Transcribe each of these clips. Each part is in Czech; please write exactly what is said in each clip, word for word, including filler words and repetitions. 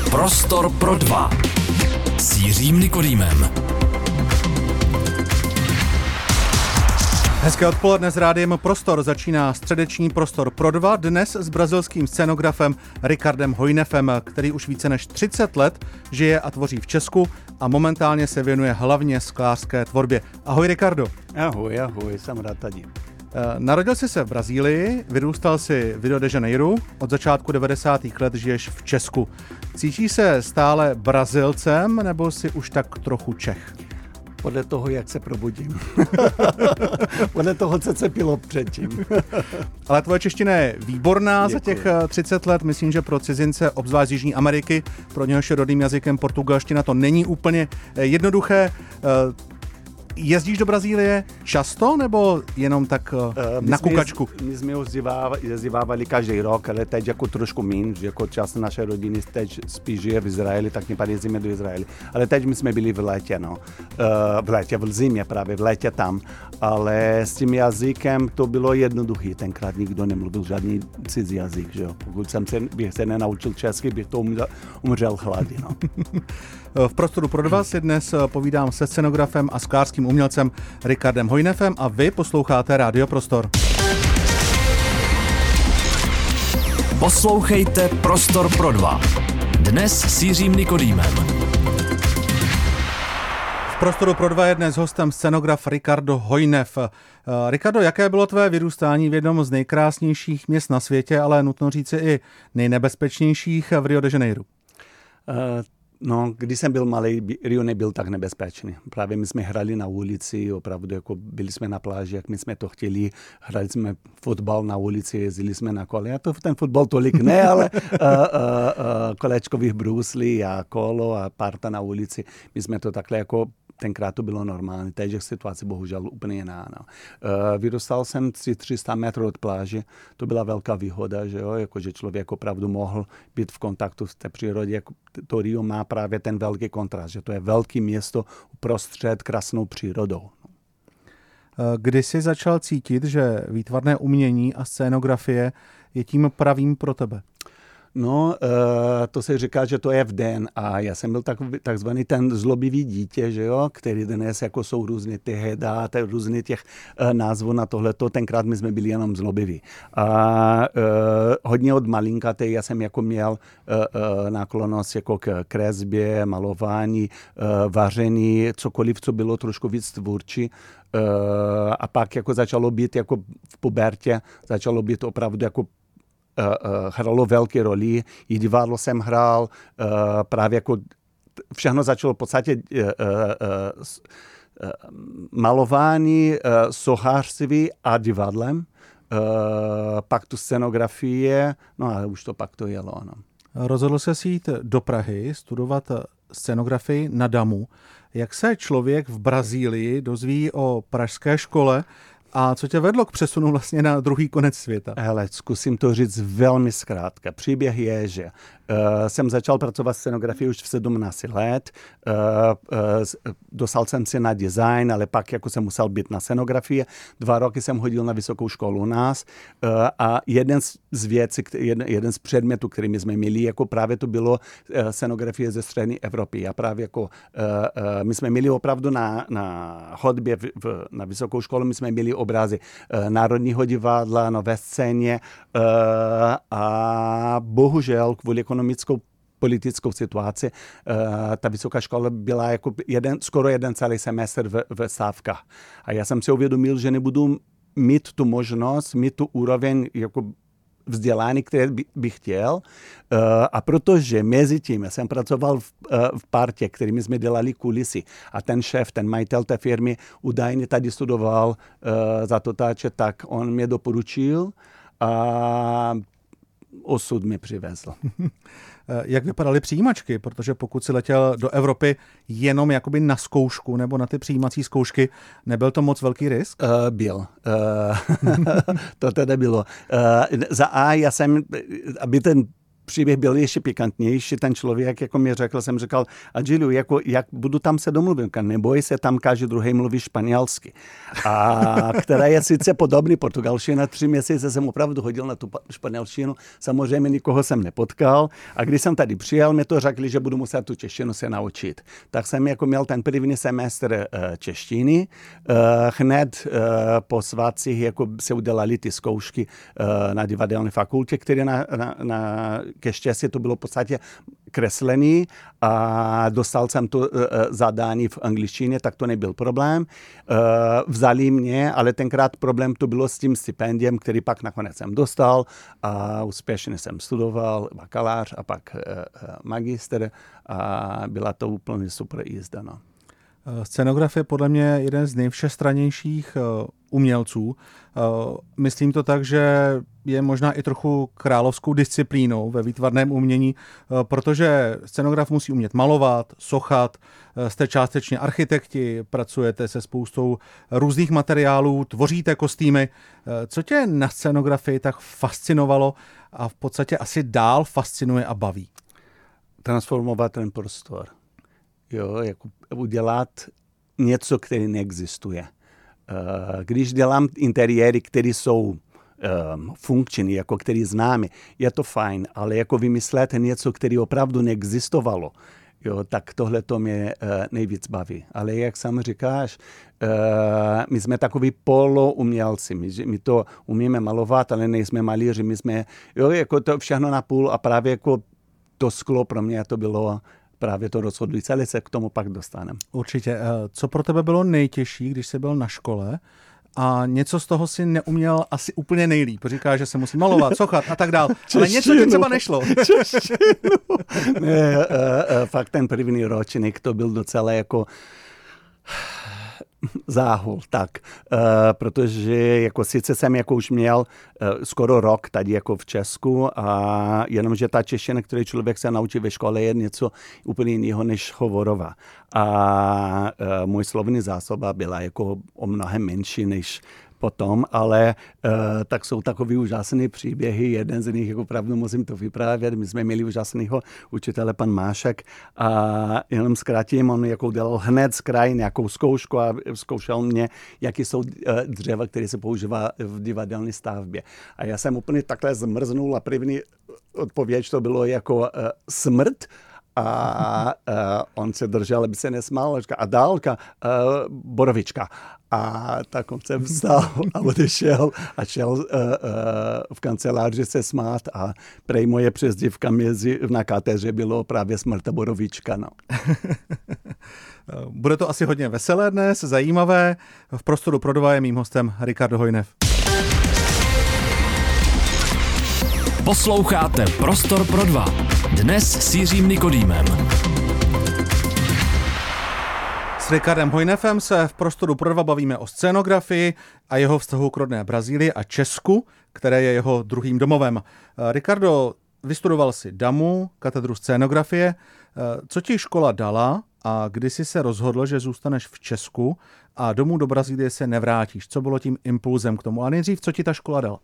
Prostor pro dva s Jiřím Nikodýmem. Hezké odpoledne s rádiem Prostor. Začíná středeční Prostor pro dva, dnes s brazilským scenografem Ricardem Hojnefem, který už více než třicet let žije a tvoří v Česku a momentálně se věnuje hlavně sklářské tvorbě. Ahoj, Ricardo. Ahoj, ahoj, jsem rád tady. Narodil jsi se v Brazílii, vyrůstal si v Rio de Janeiro, od začátku devadesátých let žiješ v Česku. Cítíš se stále Brazilcem, nebo jsi už tak trochu Čech? Podle toho, jak se probudím. Podle toho, co se pilo předtím. Ale tvoje čeština je výborná. Děkuji. Za těch třicet let. Myslím, že pro cizince, obzvlášť z Jižní Ameriky, pro něhož je rodným jazykem portugalština, to není úplně jednoduché. Jezdíš do Brazílie často, nebo jenom tak uh, na kukačku? My jsme jezdívávali každý rok, ale teď jako trošku míň, jako část naší rodiny teď spíš žije v Izraeli, tak my jezdíme do Izraeli. Ale teď my jsme byli v létě, no. Uh, v létě, v zimě právě, v létě tam. Ale s tím jazykem to bylo jednoduché. Tenkrát nikdo nemluvil žádný cizí jazyk, že jo. Pokud jsem se, bych se nenaučil česky, bych to umřel, umřel hlady, no. V Prostoru pro dva si dnes povídám se scenografem a sklářským umělcem Ricardem Hojnefem a vy posloucháte Rádio Prostor. Poslouchejte Prostor pro dva. Dnes s Jiřím Nikodýmem. V Prostoru pro dva je dnes hostem scenograf Ricardo Hojnef. Ricardo, jaké bylo tvé vyrůstání v jednom z nejkrásnějších měst na světě, ale nutno říci i nejnebezpečnějších v Rio de Janeiro? Uh... No, když jsem byl malý, Rio nebyl tak nebezpečný. Právě my jsme hrali na ulici, opravdu jako byli jsme na pláži, jak my jsme to chtěli. Hrali jsme fotbal na ulici, jezdili jsme na kole. A to ten fotbal tolik ne, ale uh, uh, uh, kolečkových bruslí a kolo a parta na ulici. My jsme to takhle jako tenkrát to bylo normální, teď je situace bohužel úplně jiná. No. Uh, vyrůstal jsem tři sta metrů od pláže, to byla velká výhoda, že jo, jako, že člověk opravdu mohl být v kontaktu s té přírodě. Jako, to Rio má právě ten velký kontrast, že to je velké město uprostřed krásnou přírodou. Kdy jsi začal cítit, že výtvarné umění a scénografie je tím pravým pro tebe? No, uh, to se říká, že to je v den a já jsem byl tak, takzvaný ten zlobivý dítě, že jo, který dnes jako jsou různé ty heda, ty různé těch uh, názvů na tohleto, tenkrát my jsme byli jenom zlobiví. A uh, hodně od malinka teď já jsem jako měl uh, uh, náklonost jako k kresbě, malování, uh, vaření, cokoliv, co bylo trošku víc tvůrčí. Uh, a pak jako začalo být jako v pubertě, začalo být opravdu jako Uh, uh, hralo velké roli, i divadlo jsem hrál, uh, právě jako všechno začalo v podstatě uh, uh, uh, malování, uh, sochařství a divadlem, uh, pak tu scenografie, no a už to pak to jelo, no. Rozhodl se si jít do Prahy, studovat scenografii na Damu. Jak se člověk v Brazílii dozví o pražské škole a co tě vedlo k přesunu vlastně na druhý konec světa? Hele, zkusím to říct velmi zkrátka. Příběh je, že uh, jsem začal pracovat scenografii už v sedmnácti let. Uh, uh, dostal jsem se na design, ale pak jako jsem musel být na scenografii. Dva roky jsem hodil na vysokou školu u nás uh, a jeden z věcí, jeden, jeden z předmětů, který jsme měli, jako právě to bylo uh, scenografie ze střední Evropy. A právě jako uh, uh, my jsme měli opravdu na, na chodbě v, v, na vysokou školu, my jsme měli obrazy uh, Národního divadla, Nové scéně uh, a bohužel kvůli ekonomickou politickou situaci uh, ta vysoká škola byla jako jeden, skoro jeden celý semestr v, v stávkách. A já jsem si uvědomil, že nebudu mít tu možnost, mít tu úroveň jako vzdělání, které by, bych chtěl. Uh, a protože mezi tím jsem pracoval v, uh, v partě, kterými jsme dělali kulisy a ten šéf, ten majitel té firmy údajně tady studoval uh, za totáče, tak on mě doporučil a osud mě přivezl. Jak vypadaly přijímačky? Protože pokud si letěl do Evropy jenom jakoby na zkoušku nebo na ty přijímací zkoušky, nebyl to moc velký risk? Uh, byl. Uh, to tedy bylo. Uh, za A já jsem, aby ten příběh byl ještě pikantnější. Ten člověk, jako mi řekl, jsem říkal, Adžilu, jako, jak budu tam se domluvit, neboj se, tam každý druhý mluví španělsky. A která je sice podobný portugalština, tři měsíce jsem opravdu hodil na tu španělštinu, samozřejmě nikoho jsem nepotkal. A když jsem tady přijel, mi to řekli, že budu muset tu češtinu se naučit. Tak jsem jako měl ten první semestr češtiny. Hned po svátcích jako se udělali ty zkoušky na divadelné fakultě, které na, na, na ke štěstí to bylo v podstatě kreslený a dostal jsem to uh, zadání v angličtině, tak to nebyl problém. Uh, vzali mě, ale tenkrát problém to bylo s tím stipendiem, který pak nakonec jsem dostal a úspěšně jsem studoval bakalář a pak uh, magister a byla to úplně super jízda. No. Scenograf je podle mě jeden z nejvšestrannějších umělců. Myslím to tak, že je možná i trochu královskou disciplínou ve výtvarném umění, protože scenograf musí umět malovat, sochat, jste částečně architekti, pracujete se spoustou různých materiálů, tvoříte kostýmy. Co tě na scenografii tak fascinovalo a v podstatě asi dál fascinuje a baví? Transformovat ten prostor. Jo, jako udělat něco, které neexistuje. Když dělám interiéry, které jsou um, funkční, jako které známe, je to fajn, ale jako vymyslet něco, které opravdu neexistovalo, jo, tak tohle to mě uh, nejvíc baví. Ale jak sám říkáš, uh, my jsme takový poloumělci, my, my to umíme malovat, ale nejsme malíři, my jsme, jo, jako to všechno na půl a právě jako to sklo pro mě to bylo právě to rozhodující, ale se k tomu pak dostaneme. Určitě. Co pro tebe bylo nejtěžší, když jsi byl na škole a něco z toho si neuměl asi úplně nejlíp? Říká, že se musí malovat, sochat a tak dál. Češtinu. Ale něco ti třeba nešlo. ne, uh, uh, fakt ten první ročník to byl docela jako záhul, tak, uh, protože jako sice jsem jako už měl uh, skoro rok tady jako v Česku a jenomže ta čeština, kterou člověk se naučí ve škole, je něco úplně jiného než hovorová. A uh, můj slovní zásoba byla jako o mnohem menší než potom, ale uh, tak jsou takový úžasný příběhy. Jeden z nich, jako pravdu musím to vyprávět. My jsme měli úžasného učitele, pan Mášek, a jenom zkrátím, on jako udělal hned z kraje nějakou zkoušku a zkoušel mě, jaký jsou uh, dřeva, které se používá v divadelné stavbě. A já jsem úplně takhle zmrznul a první odpověď to bylo jako uh, smrt. A uh, on se držel, aby se nesmál. A dálka, uh, borovička. A tak on se vstal a odešel a šel uh, uh, v kanceláři se smát a prej moje přezdívka mezi na katedře bylo právě smrt a borovička. No. Bude to asi hodně veselé dnes, zajímavé. V Prostoru pro dva je mým hostem Ricardo Hojnev. Posloucháte Prostor pro dva. Dnes s Jiřím Nikodýmem. S Ricardem Hojnefem se v Prostoru pro dva bavíme o scénografii a jeho vztahu k rodné Brazílii a Česku, které je jeho druhým domovem. Ricardo, vystudoval si DAMU, katedru scénografie. Co ti škola dala a kdy jsi se rozhodl, že zůstaneš v Česku a domů do Brazílie se nevrátíš? Co bylo tím impulzem k tomu? A nejdřív, co ti ta škola dala?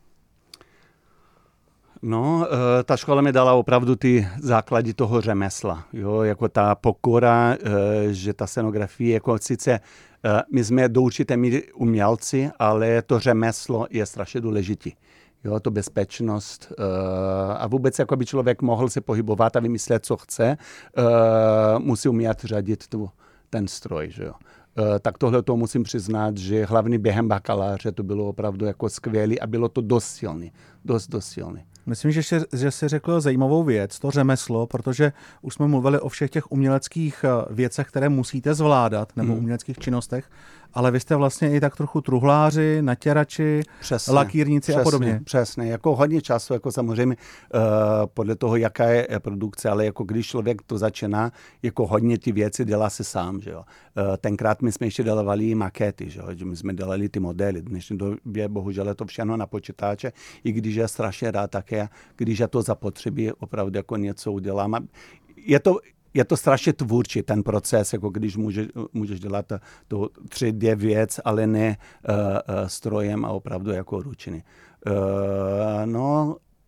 No, ta škola mi dala opravdu ty základy toho řemesla, jo, jako ta pokora, že ta scenografie, jako sice my jsme do určité míry umělci, ale to řemeslo je strašně důležité. Jo, to bezpečnost a vůbec, jako by člověk mohl se pohybovat a vymyslet, co chce, musí umět řadit tu, ten stroj, že jo. Tak tohle to musím přiznat, že hlavně během bakaláře to bylo opravdu jako skvělé a bylo to dost silný, dost, dost silný. Myslím, že, že jsi řekl zajímavou věc, to řemeslo, protože už jsme mluvili o všech těch uměleckých věcech, které musíte zvládat, nebo hmm. uměleckých činnostech, ale vy jste vlastně i tak trochu truhláři, natěrači, přesně, lakírníci přesně, a podobně. Přesně, jako hodně času, jako samozřejmě uh, podle toho, jaká je produkce, ale jako když člověk to začíná, jako hodně ty věci dělá se sám, že jo. Uh, tenkrát my jsme ještě dělali makety, že jo, že my jsme dělali ty modely. V dnešní době bohužel je to všechno na počítače, i když je strašně rád také, když je to zapotřebí, opravdu jako něco udělám. Je to Je to strašně tvůrčí, ten proces, jako když může, můžeš dělat to tři dé věc, ale ne uh, uh, strojem a opravdu jako ručiny. Uh, no,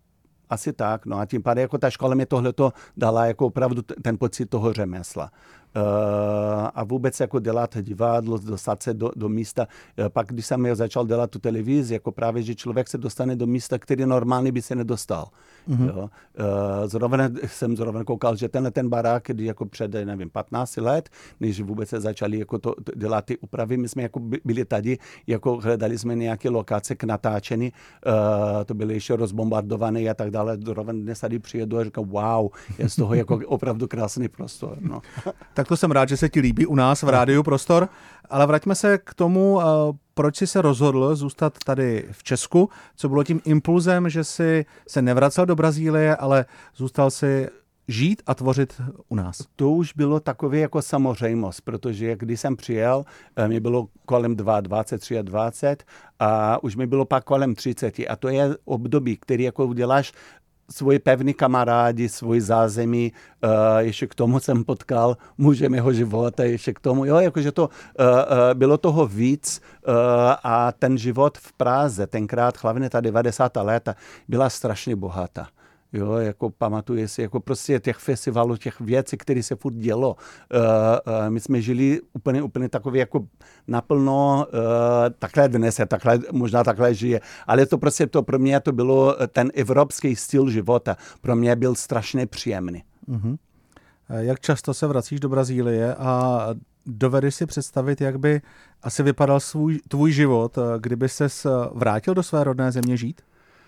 asi tak. No a tím pádem jako ta škola mi tohleto dala jako opravdu ten pocit toho řemesla. Uh, a vůbec jako dělat divadlo, dostat se do, do místa. Uh, pak, když jsem začal dělat tu televizi, jako právě, že člověk se dostane do místa, který normálně by se nedostal. Mm-hmm. Jo? Uh, zrovna jsem zrovna koukal, že tenhle ten barák, když jako před, nevím, patnáct let, než vůbec se začali jako to, to dělat ty úpravy, my jsme jako byli tady, jako hledali jsme nějaké lokace k natáčení, uh, to byly ještě rozbombardované a tak dále. Zrovna dnes tady přijedu a říkám, wow, je z toho jako opravdu krásný prostor. No. Tak to jsem rád, že se ti líbí u nás v Rádiu Prostor, ale vraťme se k tomu, proč jsi se rozhodl zůstat tady v Česku, co bylo tím impulzem, že jsi se nevracel do Brazílie, ale zůstal si žít a tvořit u nás. To už bylo takové jako samozřejmost, protože když jsem přijel, mi bylo kolem dvacet dva, dvacet tři a už mi bylo pak kolem třicet a to je období, který jako uděláš svoji pevný kamarádi, svůj zázemí, uh, ještě k tomu jsem potkal muže mého života, ještě k tomu, jo, jakože to uh, uh, bylo toho víc uh, a ten život v Praze, tenkrát hlavně ta devadesátá léta, byla strašně bohatá. Jo, jako pamatuje si, jako prostě těch festivalů, těch věcí, které se furt dělo. Uh, uh, my jsme žili úplně, úplně takový jako naplno, uh, takhle dnes je, takhle, možná takhle žije, ale to prostě to pro mě to bylo ten evropský styl života. Pro mě byl strašně příjemný. Uh-huh. Jak často se vracíš do Brazílie a dovedeš si představit, jak by asi vypadal svůj, tvůj život, kdyby ses vrátil do své rodné země žít?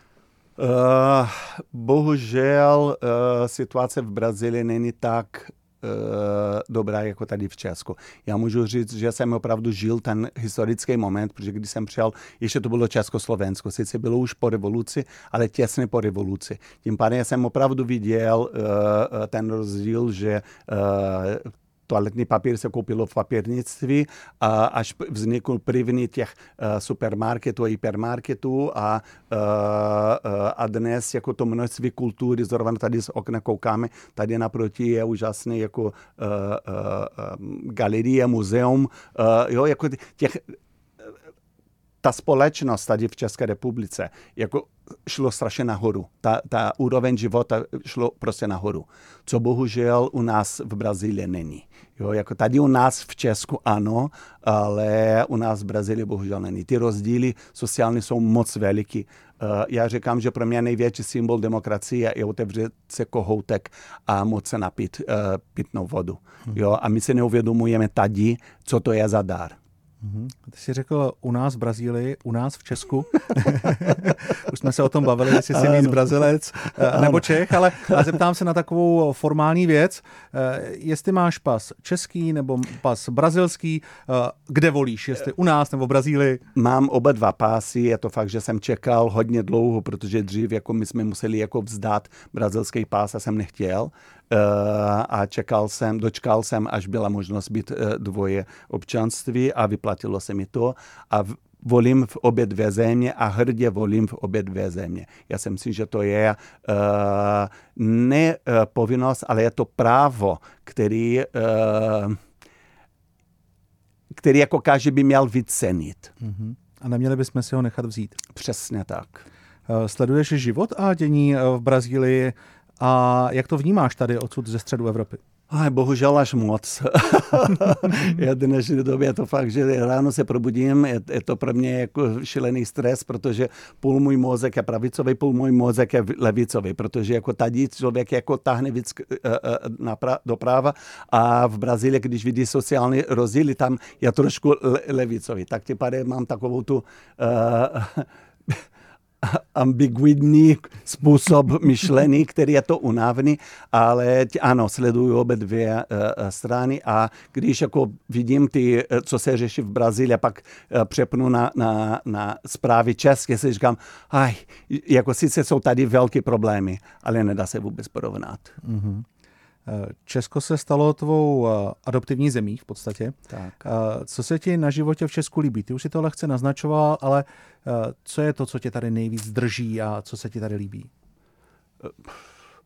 Uh, bohužel uh, situace v Brazílii není tak uh, dobrá jako tady v Česku. Já můžu říct, že jsem opravdu žil ten historický moment, protože když jsem přijel, ještě to bylo Československo, sice bylo už po revoluci, ale těsně po revoluci. Tím pádem jsem opravdu viděl uh, ten rozdíl, že uh, toaletní papír se koupilo v papírnictví a až vznikl první těch uh, supermarketů a hypermarketů a, uh, uh, a dnes jako to množství kultury, zrovna tady z okna koukáme, tady naproti je úžasný jako uh, uh, galerie, muzeum, uh, jo, jako těch ta společnost tady v České republice jako šlo strašně nahoru. Ta, ta úroveň života šlo prostě nahoru. Co bohužel u nás v Brazílii není. Jo, jako tady u nás v Česku ano, ale u nás v Brazílii bohužel není. Ty rozdíly sociální jsou moc veliký. Uh, já říkám, že pro mě největší symbol demokracie je otevřít se kohoutek a moc se napít uh, pitnou vodu. Hmm. Jo, a my si neuvědomujeme tady, co to je za dar. Mm-hmm. Ty jsi řekl u nás v Brazílii, u nás v Česku. Už jsme se o tom bavili, jestli jsi víc Brazilec nebo Čech, ale zeptám se na takovou formální věc. Jestli máš pas český nebo pas brazilský, kde volíš? Jestli u nás nebo v Brazílii? Mám oba dva pásy, je to fakt, že jsem čekal hodně dlouho, protože dřív jako my jsme museli jako vzdát brazilský pás a jsem nechtěl. Uh, a čekal jsem, dočkal jsem, až byla možnost být uh, dvoje občanství a vyplatilo se mi to a v, volím v obě dvě země a hrdě volím v obě dvě země. Já si myslím, že to je uh, ne uh, povinnost, ale je to právo, který, uh, který jako každý by měl vycenit. Uh-huh. A neměli bychom si ho nechat vzít. Přesně tak. Uh, sleduješ život a dění v Brazílii a jak to vnímáš tady odsud ze středu Evropy? Aj, bohužel až moc. Já dnešní době je to fakt, že ráno se probudím, je, je to pro mě jako šílený stres, protože půl můj mozek je pravicový, půl můj mozek je levicový, protože jako tady člověk jako táhne víc doprava a v Brazílii, když vidí sociální rozdíly, tam je trošku le, levicový. Tak tím pádem mám takovou tu uh, ambiguitní způsob myšlení, který je to unavný, ale ano, sleduju obě dvě uh, strany a když jako vidím ty, co se řeší v Brazílii, pak uh, přepnu na, na, na zprávy české, si říkám, aj, jako sice jsou tady velké problémy, ale nedá se vůbec porovnat. Mm-hmm. Česko se stalo tvou adoptivní zemí v podstatě. Tak. Co se ti na životě v Česku líbí? Ty už si to lehce naznačoval, ale co je to, co tě tady nejvíc drží a co se ti tady líbí?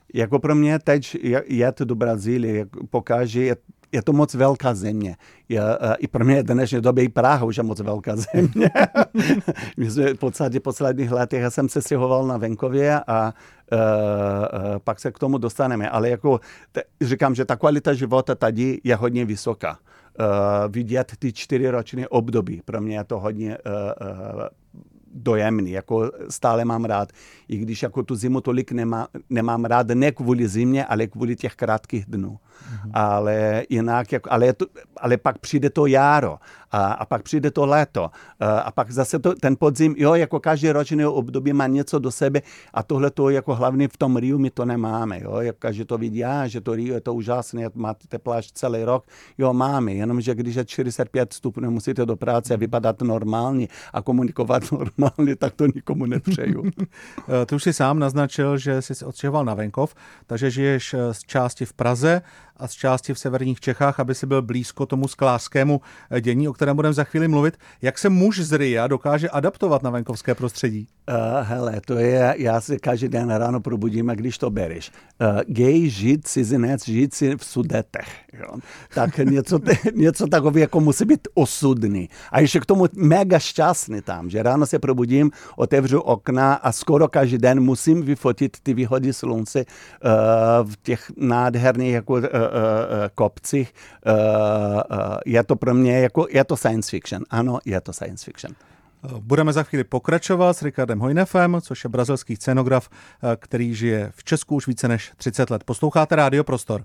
Jako pro mě teď jet do Brazílie pokáže, je, je to moc velká země. Je, I pro mě v dnešní době i Praha už je moc velká země. My jsme v podstatě posledních letech, já jsem se stěhoval na venkově a uh, uh, pak se k tomu dostaneme. Ale jako te, říkám, že ta kvalita života tady je hodně vysoká. Uh, vidět ty čtyřiroční období, pro mě je to hodně uh, uh, dojemný, jako stále mám rád. I když jako tu zimu tolik nemá, nemám rád, ne kvůli zimě, ale kvůli těch krátkých dnů. Mm-hmm. Ale jinak, jako, ale, to, ale pak přijde to jaro a, a pak přijde to léto a, a pak zase to, ten podzim, jo, jako každý roční období má něco do sebe a tohle to jako hlavně v tom Riu my to nemáme, jo, jako každý to vidí, a, že to Rio je to úžasné, máte tepláž celý rok, jo, máme, jenomže když je čtyřicet pět stupňů, musíte do práce vypadat normálně a komunikovat normálně, tak to nikomu nepřeju. Ty už si sám naznačil, že jsi se odstěhoval na venkov, takže žiješ z části v Praze a z části v severních Čechách, aby si byl blízko tomu sklářskému dění, o kterém budeme za chvíli mluvit. Jak se muž z Ria dokáže adaptovat na venkovské prostředí? Uh, hele, to je, já se každý den ráno probudím, a když to bereš. Uh, gay, žid, cizinec, žít si v Sudetech. Jo? Tak něco, něco takové jako musí být osudný. A ještě k tomu mega šťastný tam, že ráno se probudím, otevřu okna a skoro každý den musím vyfotit ty výhody slunce uh, v těch nádherných jako uh, kopcích. Uh, uh, je to pro mě jako, je to science fiction. Ano, je to science fiction. Budeme za chvíli pokračovat s Ricardem Hojnefem, což je brazilský scénograf, který žije v Česku už více než třicet let. Posloucháte Rádio Prostor.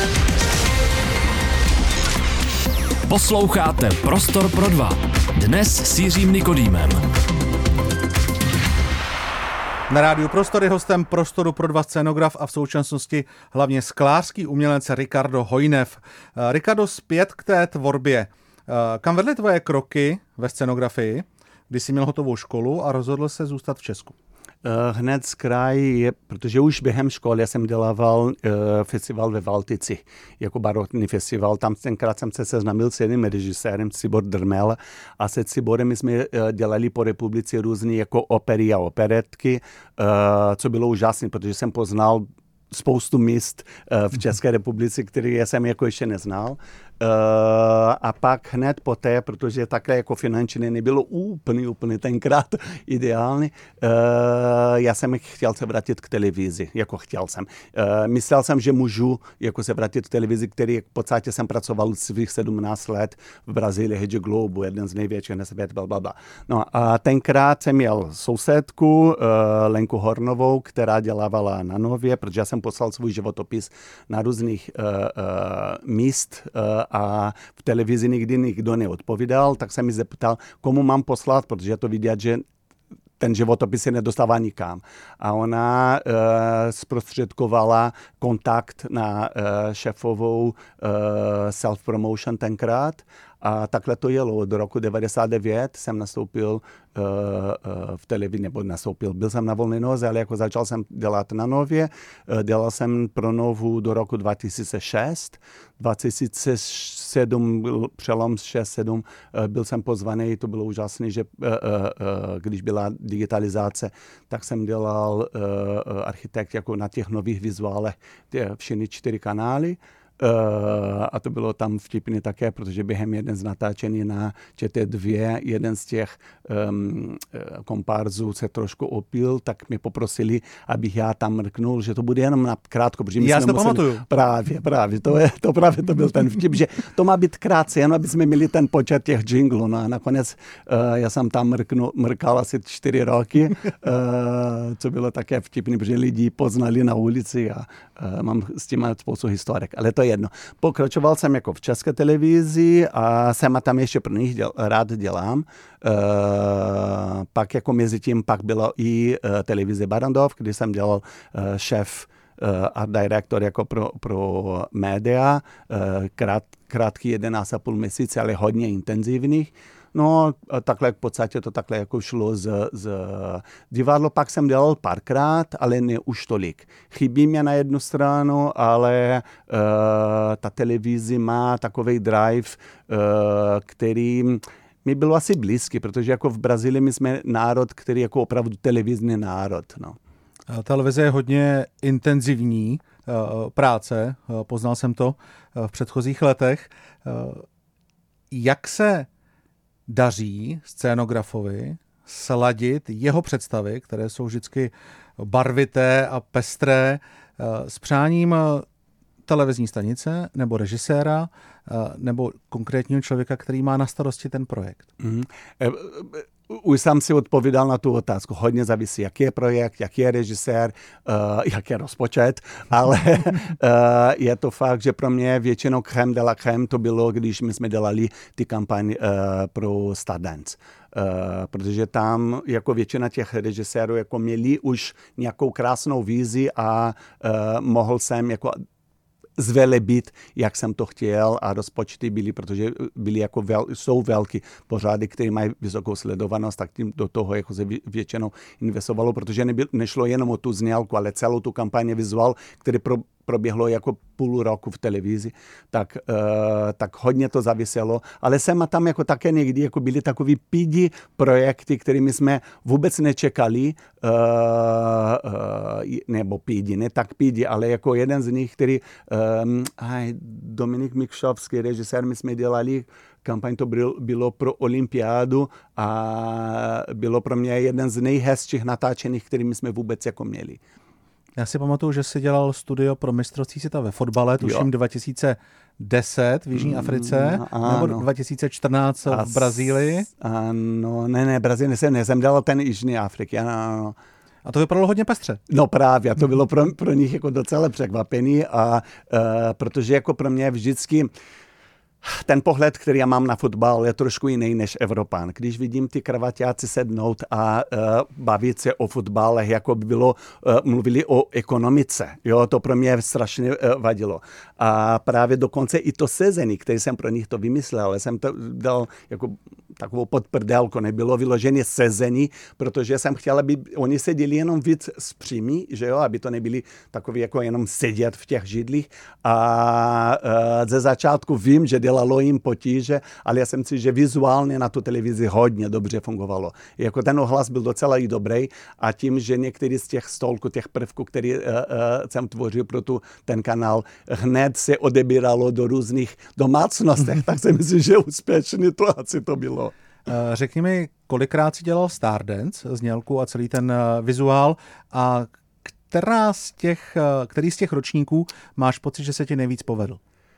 Posloucháte Prostor pro dva. Dnes s Jiřím Nikodýmem. Na Rádiu Prostor je hostem Prostoru pro dva scénograf a v současnosti hlavně sklářský umělec Ricardo Hojnef. Ricardo, zpět k té tvorbě. Kam vedly tvoje kroky ve scénografii, když jsi měl hotovou školu a rozhodl se zůstat v Česku? Hned z kraje, protože už během školy jsem dělával uh, festival ve Valtici, jako barokní festival. Tam tenkrát jsem se seznámil s jedním režisérem, Cibor Drmel, a se Ciborem my jsme uh, dělali po republice různé jako opery a operetky, uh, co bylo úžasné, protože jsem poznal spoustu míst uh, v České republice, které jsem jako ještě neznal. Uh, a pak hned poté, protože takhle jako finančně nebylo úplně, úplně tenkrát ideální, uh, já jsem chtěl se vrátit k televizi, jako chtěl jsem. Uh, myslel jsem, že můžu jako se vrátit k televizi, který v podstatě jsem pracoval svých sedmnáct let v Brazílii, Rede Globo, jeden z největších na světě, blablabla. No a tenkrát jsem měl sousedku, uh, Lenku Hornovou, která dělávala na Nově, protože já jsem poslal svůj životopis na různých uh, uh, míst uh, a v televizi nikdy nikdo neodpovídal, tak jsem mi zeptal, komu mám poslat, protože to vidět, že ten životopis se nedostává nikam. A ona uh, zprostředkovala kontakt na uh, šéfovou uh, self-promotion tenkrát. A takhle to jelo. Od roku devadesát devět jsem nastoupil uh, uh, v televizi, nebo nastoupil. Byl jsem na volné noze, ale jako začal jsem dělat na Nově. Uh, dělal jsem pro Novu do roku dva tisíce šest. dva tisíce sedm byl přelom šest sedm. Uh, byl jsem pozvaný, to bylo úžasné, že uh, uh, když byla digitalizace, tak jsem dělal uh, architekt jako na těch nových vizuálech, všechny čtyři kanály. Uh, a to bylo tam vtipně také, protože během jeden z natáčení na Č T dva jeden z těch um, komparzů se trošku opil, tak mě poprosili, abych já tam mrknul, že to bude jenom na krátko, protože my já jsme to museli... pamatuju. Právě, právě, to, je, to právě to byl ten vtip, že to má být krátce, jenom aby jsme měli ten počet těch jinglů. No a nakonec uh, já jsem tam mrknul, mrkal asi čtyři roky, uh, co bylo také vtipný, protože lidi poznali na ulici a uh, mám s tím spoustu historek, ale to je jedno. Pokračoval jsem jako v České televizi a jsem tam ještě pro nich děl, rád dělám. Uh, pak jako mezi tím pak bylo i uh, televize Barrandov, kdy jsem dělal uh, šéf uh, art director jako pro, pro média. Uh, krát, krátký jedenáct a půl měsíce, ale hodně intenzivních. No, takhle v podstatě to takhle jako šlo z, z divadlo. Pak jsem dělal párkrát, ale ne už tolik. Chybí mě na jednu stranu, ale uh, ta televize má takový drive, uh, který mi byl asi blízký, protože jako v Brazílii my jsme národ, který jako opravdu televizní národ, no. Televize je hodně intenzivní práce, poznal jsem to v předchozích letech. Jak se daří scénografovi sladit jeho představy, které jsou vždycky barvité a pestré, s přáním televizní stanice nebo režiséra nebo konkrétního člověka, který má na starosti ten projekt? Mm. Už jsem si odpovídal na tu otázku. Hodně závisí, jaký je projekt, jaký je režisér, uh, jaký je rozpočet, ale uh, je to fakt, že pro mě většinou crème de la crème to bylo, když my jsme dělali ty kampaň uh, pro Stardance. Uh, protože tam jako většina těch režisérů jako měli už nějakou krásnou vizi a uh, mohl jsem jako zvelebit, jak jsem to chtěl, a rozpočty byly, protože byly jako vel, jsou velký pořady, které mají vysokou sledovanost, tak tím do toho jako se většinou investovalo, protože nebyl, nešlo jenom o tu znělku, ale celou tu kampaně vizuál, který pro, proběhlo jako půl roku v televizi, tak, uh, tak hodně to záviselo. Ale jsem tam jako také někdy jako byly takový pidi projekty, kterými jsme vůbec nečekali, uh, uh, nebo pidi, ne tak pidi, ale jako jeden z nich, který um, aj, Dominik Mikšovský, režisér, my jsme dělali kampaň, to bylo, bylo pro olympiádu a bylo pro mě jeden z nejhezčích natáčených, kterými jsme vůbec jako měli. Já si pamatuju, že jsi dělal studio pro mistrovství světa ve fotbale, tuším jo. dva tisíce deset v Jižní Africe, mm, nebo dva tisíce čtrnáct v As, Brazílii. Ano, ne, ne, Brazílii jsem, ne, jsem dělal ten Jižní Afriky, ano, ano. A to vypadalo hodně pestře. No právě, to bylo pro, pro nich jako docela překvapení, a uh, protože jako pro mě vždycky ten pohled, který já mám na fotbal, je trošku jiný než Evropan. Když vidím ty kravaťáci sednout a uh, bavit se o fotbale, jako by bylo, uh, mluvili o ekonomice. Jo, to pro mě strašně uh, vadilo. A právě dokonce i to sezení, který jsem pro nich to vymyslel, ale jsem to dal jako takovou podprdelku, nebylo vyloženě sezení, protože jsem chtěl, aby oni seděli jenom víc zpřímí, že jo, aby to nebyli takový jako jenom sedět v těch židlích. A uh, ze začátku vím, že dělalo jim potíže, ale já jsem si, že vizuálně na tu televizi hodně dobře fungovalo. Jako ten ohlas byl docela i dobrý, a tím, že některý z těch stolků, těch prvků, který uh, uh, jsem tvořil pro tu, ten kanál, hned se odebíralo do různých domácnostech, tak si myslím, že úspěšně to asi to bylo. Řekni mi, kolikrát jsi dělal Stardance, znělku a celý ten vizuál, a která z těch, který z těch ročníků máš pocit, že se ti nejvíc povedl?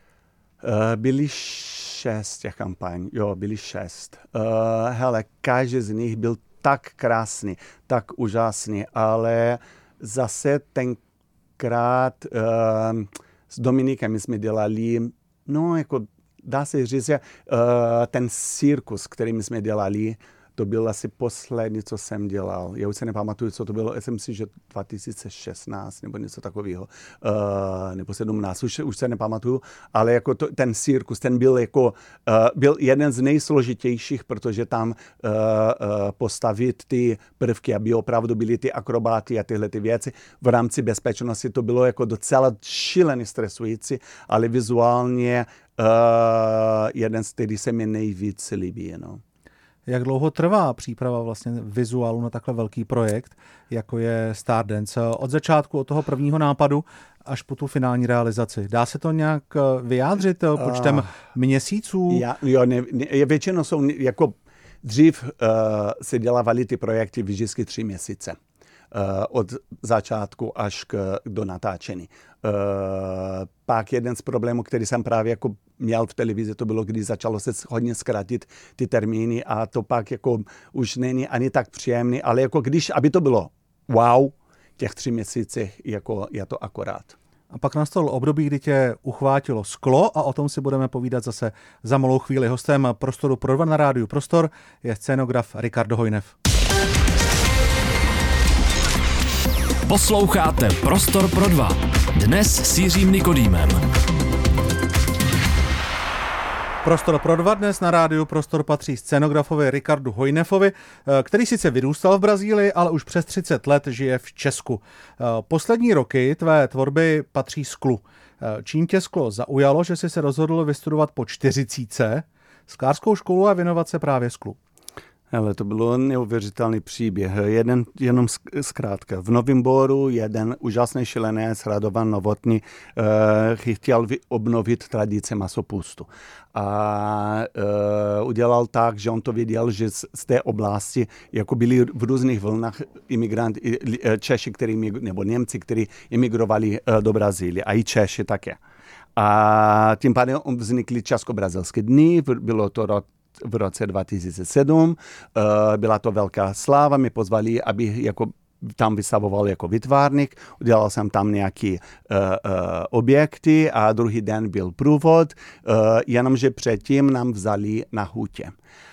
Byly šest těch kampaň, jo, byly šest. Uh, hele, každý z nich byl tak krásný, tak úžasný, ale zase tenkrát uh, s Dominikem my jsme dělali, no jako dá se říct, že uh, ten cirkus, který my jsme dělali, to byl asi poslední, co jsem dělal. Já už se nepamatuju, co to bylo. Já jsem si, že dva tisíce šestnáct nebo něco takového. Uh, nebo sedmnáct, už, už se nepamatuju. Ale jako to, ten cirkus, ten byl jako, uh, byl jeden z nejsložitějších, protože tam uh, uh, postavit ty prvky, aby opravdu byly ty akrobáty a tyhle ty věci. V rámci bezpečnosti to bylo jako docela šíleně stresující, ale vizuálně uh, jeden z který se mi nejvíc líbí, no. Jak dlouho trvá příprava vlastně vizuálu na takhle velký projekt, jako je Stardance? Od začátku, od toho prvního nápadu až po tu finální realizaci. Dá se to nějak vyjádřit počtem uh, měsíců? Já, jo, ne, ne, většinou jsou, jako dřív uh, se dělávaly ty projekty vždycky tři měsíce. Uh, od začátku až k, do natáčení. Uh, pak jeden z problémů, který jsem právě jako měl v televizi, to bylo, když začalo se hodně zkrátit ty termíny, a to pak jako už není ani tak příjemný, ale jako když, aby to bylo wow, těch tři měsících jako je to akorát. A pak nastalo období, kdy tě uchvátilo sklo, a o tom si budeme povídat zase za malou chvíli. Hostem Prostoru pro dva na rádiu Prostor je scénograf Ricardo Hojnev. Posloucháte Prostor pro dva. Dnes s Jiřím Nikodýmem. Prostor pro dva dnes na rádiu Prostor patří scénografovi Ricardu Hojnefovi, který sice vyrůstal v Brazílii, ale už přes třicet let žije v Česku. Poslední roky tvé tvorby patří sklu. Čím tě sklo zaujalo, že jsi se rozhodl vystudovat po čtyřicítce sklářskou školu a věnovat se právě sklu? Hele, to bylo neuvěřitelný příběh. Jeden, jenom zkrátka. V Novém Boru jeden úžasný šilenec, Radovan Novotný, uh, chtěl obnovit tradici masopustu. A uh, udělal tak, že on to věděl, že z, z té oblasti jako byli v různých vlnách imigranti, Češi, který, nebo Němci, kteří emigrovali uh, do Brazílie, a i Češi také. A tím pádem vznikly Česko-brazilské dny, bylo to rok v roce dva tisíce sedm, byla to velká sláva, mě pozvali, aby jako tam vystavoval jako vytvarník, udělal jsem tam nějaké uh, uh, objekty a druhý den byl průvod, uh, jenomže předtím nám vzali na hutě.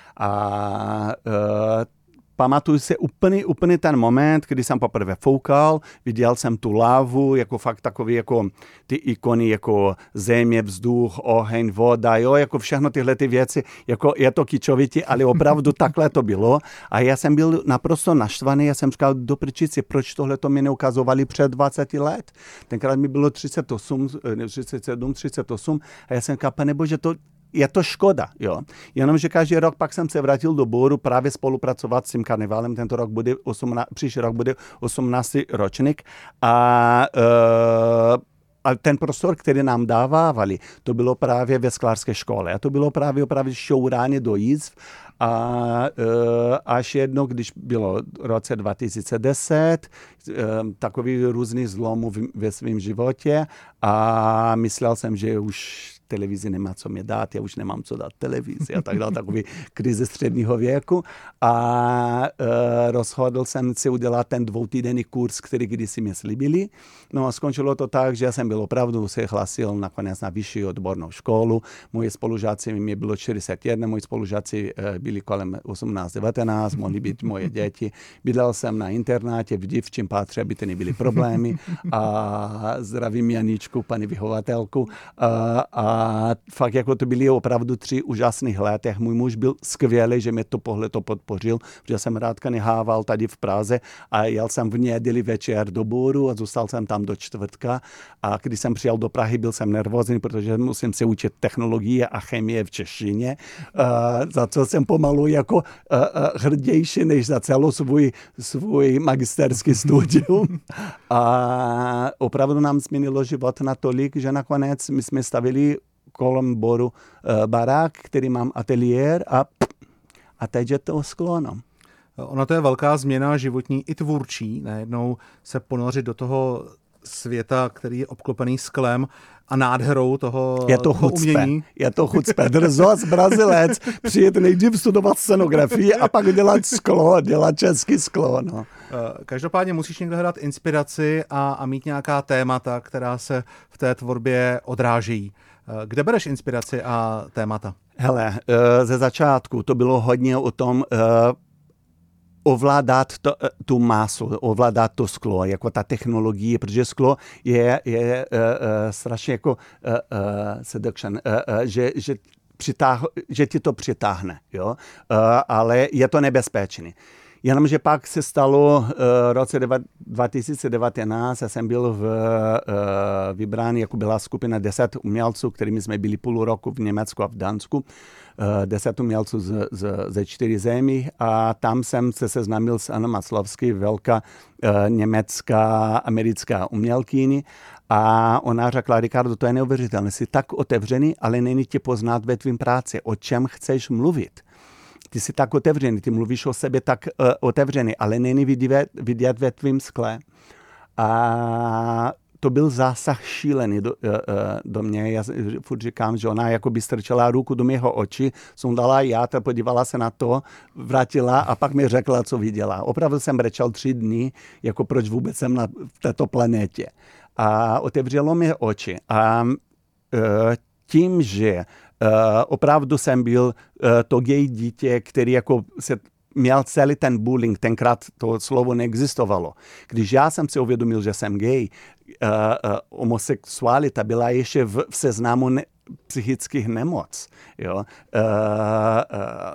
A uh, pamatuju si úplně, úplně ten moment, kdy jsem poprvé foukal, viděl jsem tu lávu, jako fakt takový, jako ty ikony, jako země, vzduch, oheň, voda, jo, jako všechno tyhle ty věci, jako je to kičovitě, ale opravdu takhle to bylo. A já jsem byl naprosto naštvaný, já jsem říkal, do prčici, proč tohle to mi neukazovali před dvaceti let? Tenkrát mi bylo třicet osm, třicet sedm, třicet osm a já jsem říkal, pane bože, to je to škoda, jo. Jenomže každý rok pak jsem se vrátil do Boru právě spolupracovat s tím karnevalem. Tento rok bude osmnáct, příští rok bude osmnáctý ročník a uh, a ten prostor, který nám dávávali, to bylo právě ve sklářské škole. A to bylo právě opravdu šourání do jízv. A uh, až jedno, když bylo v roce dva tisíce deset, uh, takový různý zlom ve svém životě a myslel jsem, že už televizi nemá co mě dát, já už nemám co dát televizi a tak dále, takový krize středního věku. A e, rozhodl jsem si udělat ten dvoutýdenní kurz, který kdysi mě slíbili. No a skončilo to tak, že já jsem byl opravdu, se hlasil nakonec na vyšší odbornou školu. Moji spolužáci, mě bylo čtyřicet jedna, moji spolužáci e, byli kolem osmnáct devatenáct, mohli být moje děti. Bydlel jsem na internátě v dívčím patře, aby to nebyly problémy. A zdravím Janičku, paní vychovatelku. A, a A fakt jako to byly opravdu tři úžasných letech. Můj muž byl skvělý, že mě to pohled to podpořil, protože jsem rádka nehával tady v Praze a jel jsem v neděli večer do Boru a zůstal jsem tam do čtvrtka. A když jsem přijel do Prahy, byl jsem nervózní, protože musím se učit technologie a chemie v češtině, uh, za co jsem pomalu jako uh, uh, hrdější než za celou svůj, svůj magisterský studium. A opravdu nám změnilo život natolik, že nakonec my jsme stavili kolem Boru uh, barák, který mám ateliér a, a teď je to sklo. No. Ona to je velká změna životní i tvůrčí. Najednou se ponořit do toho světa, který je obklopený sklem a nádherou toho, je to toho chucpe. umění. Je to chucpe. Drzoc, Brazilec, přijet nejdřív studovat scenografii a pak dělat sklo, dělat český sklo. No. Každopádně musíš někde hledat inspiraci a, a mít nějaká témata, která se v té tvorbě odrážejí. Kde bereš inspiraci a témata? Hele, ze začátku to bylo hodně o tom ovládat to, tu masu, ovládat to sklo, jako ta technologie, protože sklo je, je uh, uh, strašně jako uh, uh, seduction, uh, uh, že, že, přitáh, že ti to přitáhne, jo? Uh, ale je to nebezpečné. Jenomže pak se stalo v uh, roce dva tisíce devatenáct, já jsem byl v, uh, vybrán, jako byla skupina deset umělců, kterými jsme byli půl roku v Německu a v Dánsku, uh, deset umělců z, z, ze čtyři zemí a tam jsem se seznámil s Annou Maslovsky, velká uh, německá, americká umělkyně. A ona řekla, Ricardo, to je neuvěřitelné, jsi tak otevřený, ale není tě poznat ve tvým práci, o čem chceš mluvit. Ty jsi tak otevřený, ty mluvíš o sobě tak uh, otevřený, ale není vidět, vidět ve tvým skle. A to byl zásah šílený do, uh, uh, do mě. Já furt říkám, že ona jako by strčila ruku do mého oči, sundala játra, podívala se na to, vrátila a pak mi řekla, co viděla. Opravdu jsem brečel tři dny, jako proč vůbec jsem na této planetě. A otevřelo mi oči. A uh, tím, že Uh, opravdu jsem byl uh, to gay dítě, který jako se měl celý ten bullying, tenkrát to slovo neexistovalo. Když já jsem si uvědomil, že jsem gay, uh, uh, homosexualita byla ještě v, v seznamu ne- psychických nemoc. Jo? Uh, uh,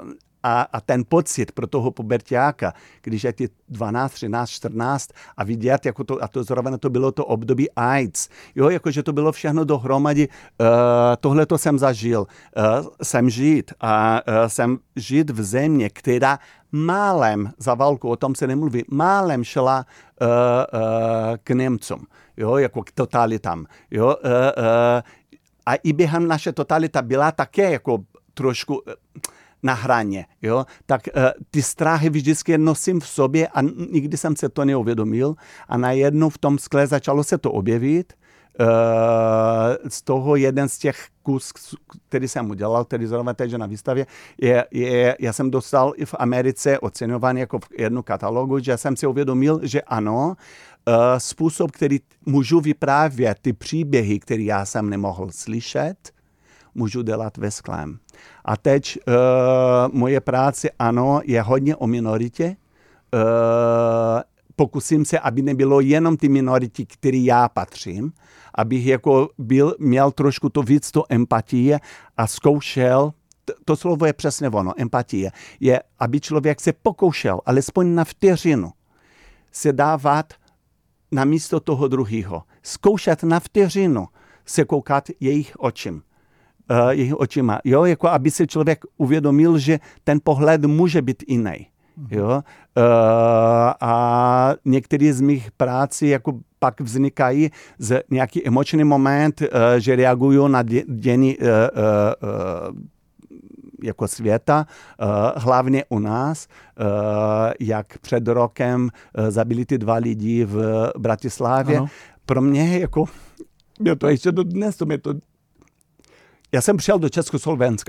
a, a ten pocit pro toho puberťáka, když je ti dvanáct, třináct, čtrnáct a vidět, jako to, a to zrovna to bylo to období AIDS, jo, jakože to bylo všechno dohromady, uh, tohle to jsem zažil, uh, jsem žít a uh, jsem žít v země, která málem za válku, o tom se nemluví, málem šla uh, uh, k Němcům, jo, jako k totalitám, jo, uh, uh, a i během naše totalita byla také jako trošku na hraně, jo, tak uh, ty strachy vždycky nosím v sobě a nikdy jsem se to neuvědomil a najednou v tom skle začalo se to objevit. Uh, z toho jeden z těch kus, který jsem udělal, který zrovna teď na výstavě, je, je, já jsem dostal i v Americe oceňovaný jako v jednu katalogu, že jsem si uvědomil, že ano, uh, způsob, který můžu vyprávět, ty příběhy, které já jsem nemohl slyšet, můžu dělat ve sklem. A teď uh, moje práce, ano, je hodně o minoritě. Uh, pokusím se, aby nebylo jenom ty minority, které já patřím, abych jako byl, měl trošku to víc to empatie a zkoušel, to, to slovo je přesně ono, empatie, je, aby člověk se pokoušel, alespoň na vteřinu, se dávat na místo toho druhého. Zkoušet na vteřinu se koukat jejich očím. Uh, jejich očima, jo, jako aby se člověk uvědomil, že ten pohled může být jiný. Jo? Uh, a některé z mých prací jako pak vznikají z nějaký emoční moment, uh, že reagují na dě, dění uh, uh, uh, jako světa, uh, hlavně u nás, uh, jak před rokem uh, zabili ty dva lidi v Bratislavě. Ano. Pro mě jako, mě to ještě do dnes, to mě to... Já jsem přijel do Československa.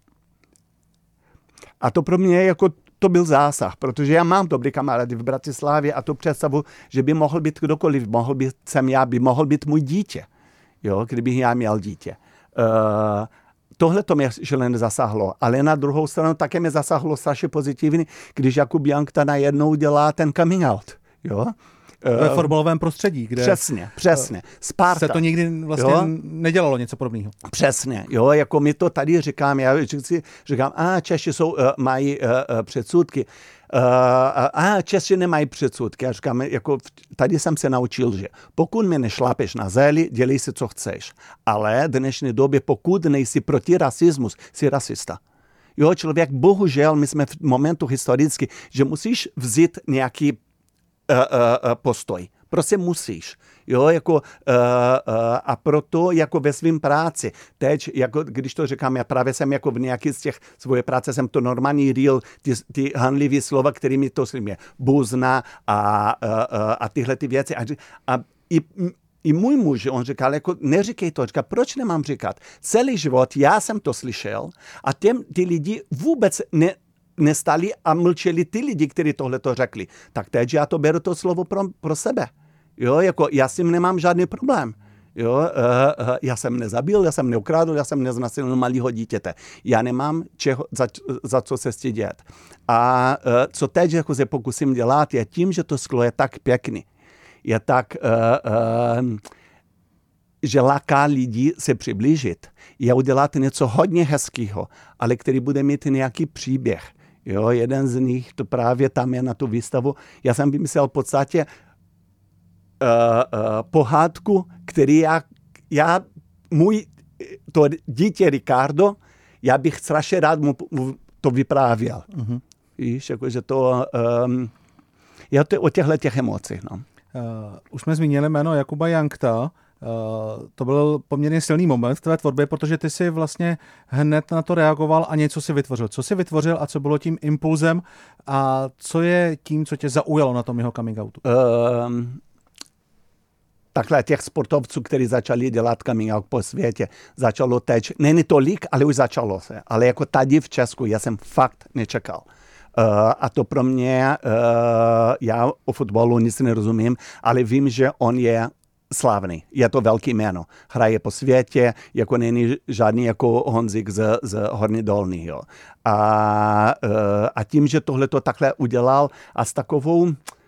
A to pro mě jako to byl zásah, protože já mám dobrý kamarády v Bratislavě a tu představu, že by mohl být kdokoliv, mohl být jsem já, by mohl být můj dítě, jo, kdybych já měl dítě. Uh, tohle to mě šíleně zasáhlo, ale na druhou stranu také mě zasáhlo strašně pozitivně, když Jakub Jankta najednou dělá ten coming out, jo. Ve formulovém prostředí, kde přesně, přesně. Sparta. Se to nikdy vlastně jo? nedělalo něco podobného. Přesně, jo, jako my to tady říkám, já vždycky říkám, a Češi jsou, uh, mají uh, uh, předsudky, uh, a Češi nemají předsudky. Já říkám, jako tady jsem se naučil, že pokud mě nešlápeš na zeli, dělej si, co chceš. Ale v dnešní době, pokud nejsi proti rasismus, jsi rasista. Jo, člověk, bohužel, my jsme v momentu historicky, že musíš vzít nějaký Uh, uh, uh, postoj. Prostě musíš. Jo, jako, uh, uh, a proto jako ve svým práci. Teď, jako, když to říkám, já právě jsem jako v nějaký z těch svoje práce, jsem to normální real, ty, ty hanlivý slova, kterými to slíme. Buzna a, uh, uh, a tyhle ty věci. A, a i, i můj muž, on říkal, jako neříkej to, říkal, proč nemám říkat? Celý život já jsem to slyšel a těm, ty lidi vůbec ne nestali a mlčeli ty lidi, kteří tohle to řekli. Tak teď já to beru to slovo pro, pro sebe. Jo, jako já s tím nemám žádný problém. Jo, uh, uh, já jsem nezabil, já jsem neukradl, já jsem neznasilnil malého dítěte. Já nemám čeho, za, za co se stydět. A uh, co teď jako se pokusím dělat, je tím, že to sklo je tak pěkný. Je tak... Uh, uh, že láká lidi se přiblížit, je udělat něco hodně hezkého, ale který bude mít nějaký příběh. Jo, jeden z nich, to právě tam je na tu výstavu. Já jsem vymyslel v podstatě uh, uh, pohádku, který já, já, můj, to dítě Ricardo, já bych strašně rád mu, mu to vyprávěl. Uh-huh. Víš, jakože to, um, je to o těchto těch emocích. No. Uh, už jsme zmínili jméno Jakuba Jankta. Uh, to byl poměrně silný moment v tvé tvorbě, protože ty si vlastně hned na to reagoval a něco si vytvořil. Co si vytvořil a co bylo tím impulzem a co je tím, co tě zaujalo na tom jeho coming outu? Um, takhle těch sportovců, kteří začali dělat coming out po světě, začalo teď, není tolik, ale už začalo se. Ale jako tady v Česku já jsem fakt nečekal. Uh, a to pro mě, uh, já o fotbalu nic nerozumím, ale vím, že on je slavný. Je to velký jméno. Hraje po světě, jako není žádný jako Honzik z, z Horní Dolní. Jo. A, a tím, že tohle to takhle udělal a s takovou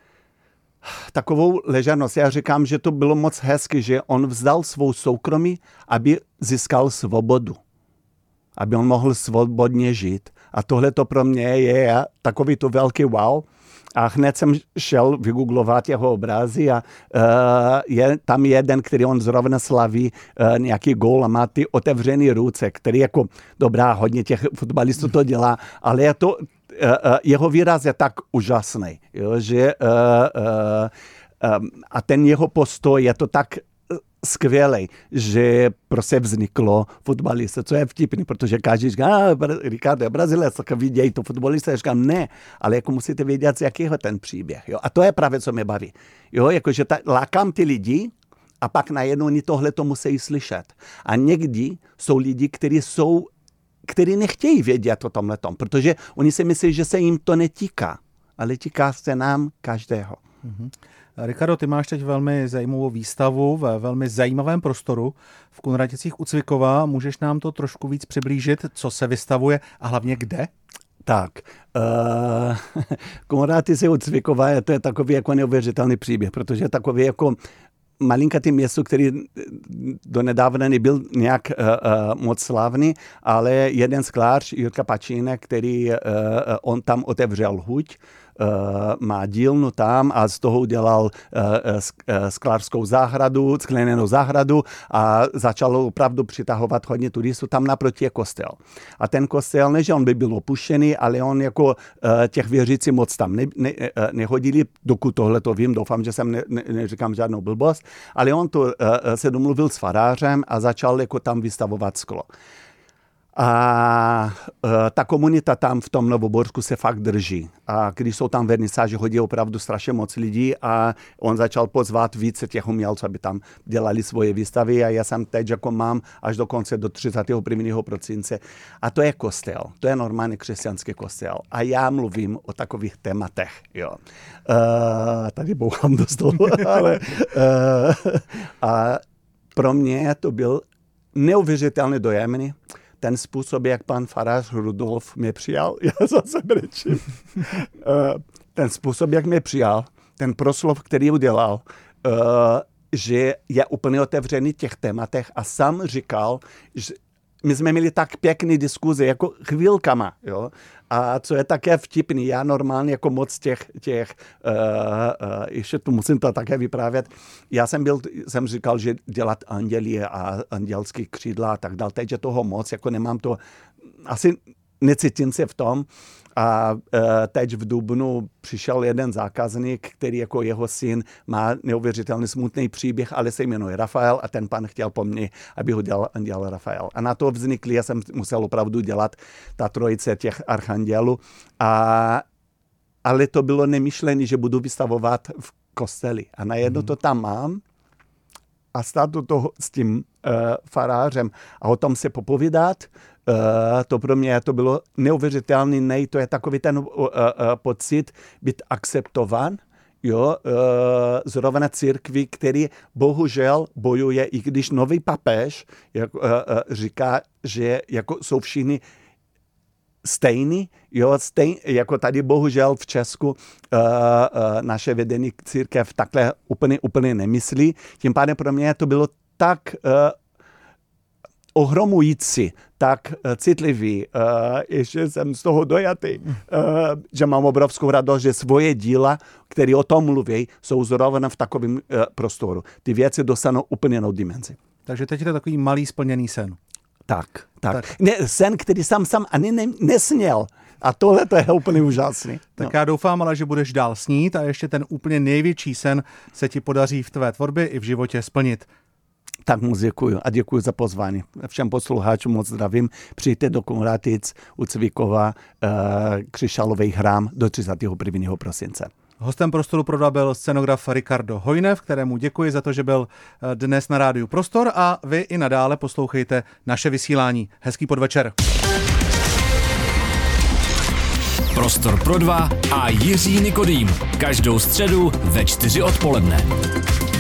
takovou ležernost. Já říkám, že to bylo moc hezky, že on vzdal svou soukromí, aby získal svobodu. Aby on mohl svobodně žít. A tohle to pro mě je takový to velký wow. A hned jsem šel vygooglovat jeho obrazy a uh, je tam jeden, který on zrovna slaví uh, nějaký gól a má ty otevřený ruce, který jako, dobrá, hodně těch fotbalistů to dělá, ale je to, uh, uh, jeho výraz je tak úžasný, jo, že uh, uh, um, a ten jeho postoj je to tak skvělej, že prostě vzniklo fotbalista, co je vtipný, protože každý říká, ah, Ricardo je Brazilec, tak vidějí to fotbalista, já říkám, ne, ale jako musíte vědět, z jakého ten příběh, jo, a to je právě, co mě baví, jo, jakože ta, lákám ty lidi a pak najednou oni tohle to musí slyšet. A někdy jsou lidi, kteří jsou, kteří nechtějí vědět o tomhletom, protože oni si myslí, že se jim to netýká, ale týká se nám každého. Mm-hmm. Ricardo, ty máš teď velmi zajímavou výstavu ve velmi zajímavém prostoru v Kunraticích u Cvikova. Můžeš nám to trošku víc přiblížit, co se vystavuje a hlavně kde? Tak, uh, Kunratice u Cvikova je, to je takový jako neuvěřitelný příběh, protože je takový jako malinkatý město, který donedávna nebyl nějak uh, uh, moc slavný, ale jeden sklář, Jirka Pačínek, který uh, on tam otevřel huť, Uh, má dílnu tam a z toho udělal uh, uh, sklářskou zahradu, skleněnou zahradu a začal opravdu přitahovat hodně turistů. Tam naproti je kostel. A ten kostel, ne, že on by byl opuštěný, ale on jako uh, těch věřící moc tam ne, ne, uh, nehodili, dokud tohle to vím, doufám, že jsem ne, ne, neříkám žádnou blbost, ale on to uh, se domluvil s farářem a začal jako tam vystavovat sklo. A uh, ta komunita tam v tom Novoborsku se fakt drží. A když jsou tam vernisáže, hodí opravdu strašně moc lidí a on začal pozvat více těch umělců, aby tam dělali svoje výstavy a já jsem teď jako mám až do konce do třicátého prvního prosince. A to je kostel, to je normálně křesťanský kostel. A já mluvím o takových tématech, jo. Uh, tady bouchám dost dlouho, ale uh, a pro mě to byl neuvěřitelně dojemný. Ten způsob, jak pan farář Rudolf mě přijal, já zase brečím, ten způsob, jak mě přijal, ten proslov, který udělal, že je úplně otevřený těch tématech a sám říkal, že my jsme měli tak pěkný diskuze, jako chvílkama, jo. A co je také vtipný, já normálně jako moc těch, těch uh, uh, ještě tu musím to také vyprávět, já jsem byl, jsem říkal, že dělat andělí a andělský křídla a tak dále, teď je toho moc, jako nemám to, asi necítím se v tom. A uh, teď v dubnu přišel jeden zákazník, který jako jeho syn má neuvěřitelně smutný příběh, ale se jmenuje Rafael a ten pan chtěl po mně, aby ho dělal anděl Rafael. A na to vznikly, já jsem musel opravdu dělat ta trojice těch archandělů. A, ale to bylo nemyšlené, že budu vystavovat v kosteli. A najednou to tam mám a stát do toho s tím uh, farářem a o tom se popovídat. Uh, to pro mě to bylo neuvěřitelný, nej, to je takový ten uh, uh, pocit být akceptovan, jo, uh, zrovna církvi, který bohužel bojuje, i když nový papež jak, uh, uh, říká, že jako jsou všichni stejný, jo, stejný, jako tady bohužel v Česku uh, uh, naše vedení církev takhle úplně, úplně nemyslí. Tím pádem pro mě to bylo tak uh, ohromující, tak uh, citlivý, uh, ještě jsem z toho dojatý, uh, že mám obrovskou radost, že svoje díla, které o tom mluví, jsou zrovna v takovém uh, prostoru. Ty věci dostanou úplně jinou dimenzi. Takže teď je to takový malý splněný sen. Tak, tak. tak. Ne, sen, který jsem sám ani ne, nesněl. A tohle to je úplně úžasný. Tak no. Já doufám, ale že budeš dál snít a ještě ten úplně největší sen se ti podaří v tvé tvorbě i v životě splnit. Tak moc děkuju a děkuji za pozvání. Všem posluchačům moc zdravím. Přijďte do Kunratic u Cvikova uh, křišťálový chrám do třicátého prvního prosince. Hostem Prostoru Pro dva byl scenograf Ricardo Hojnev, kterému děkuji za to, že byl dnes na rádiu Prostor a vy i nadále poslouchejte naše vysílání. Hezký podvečer. Prostor pro dva a Jiří Nikodým. Každou středu ve čtyři odpoledne.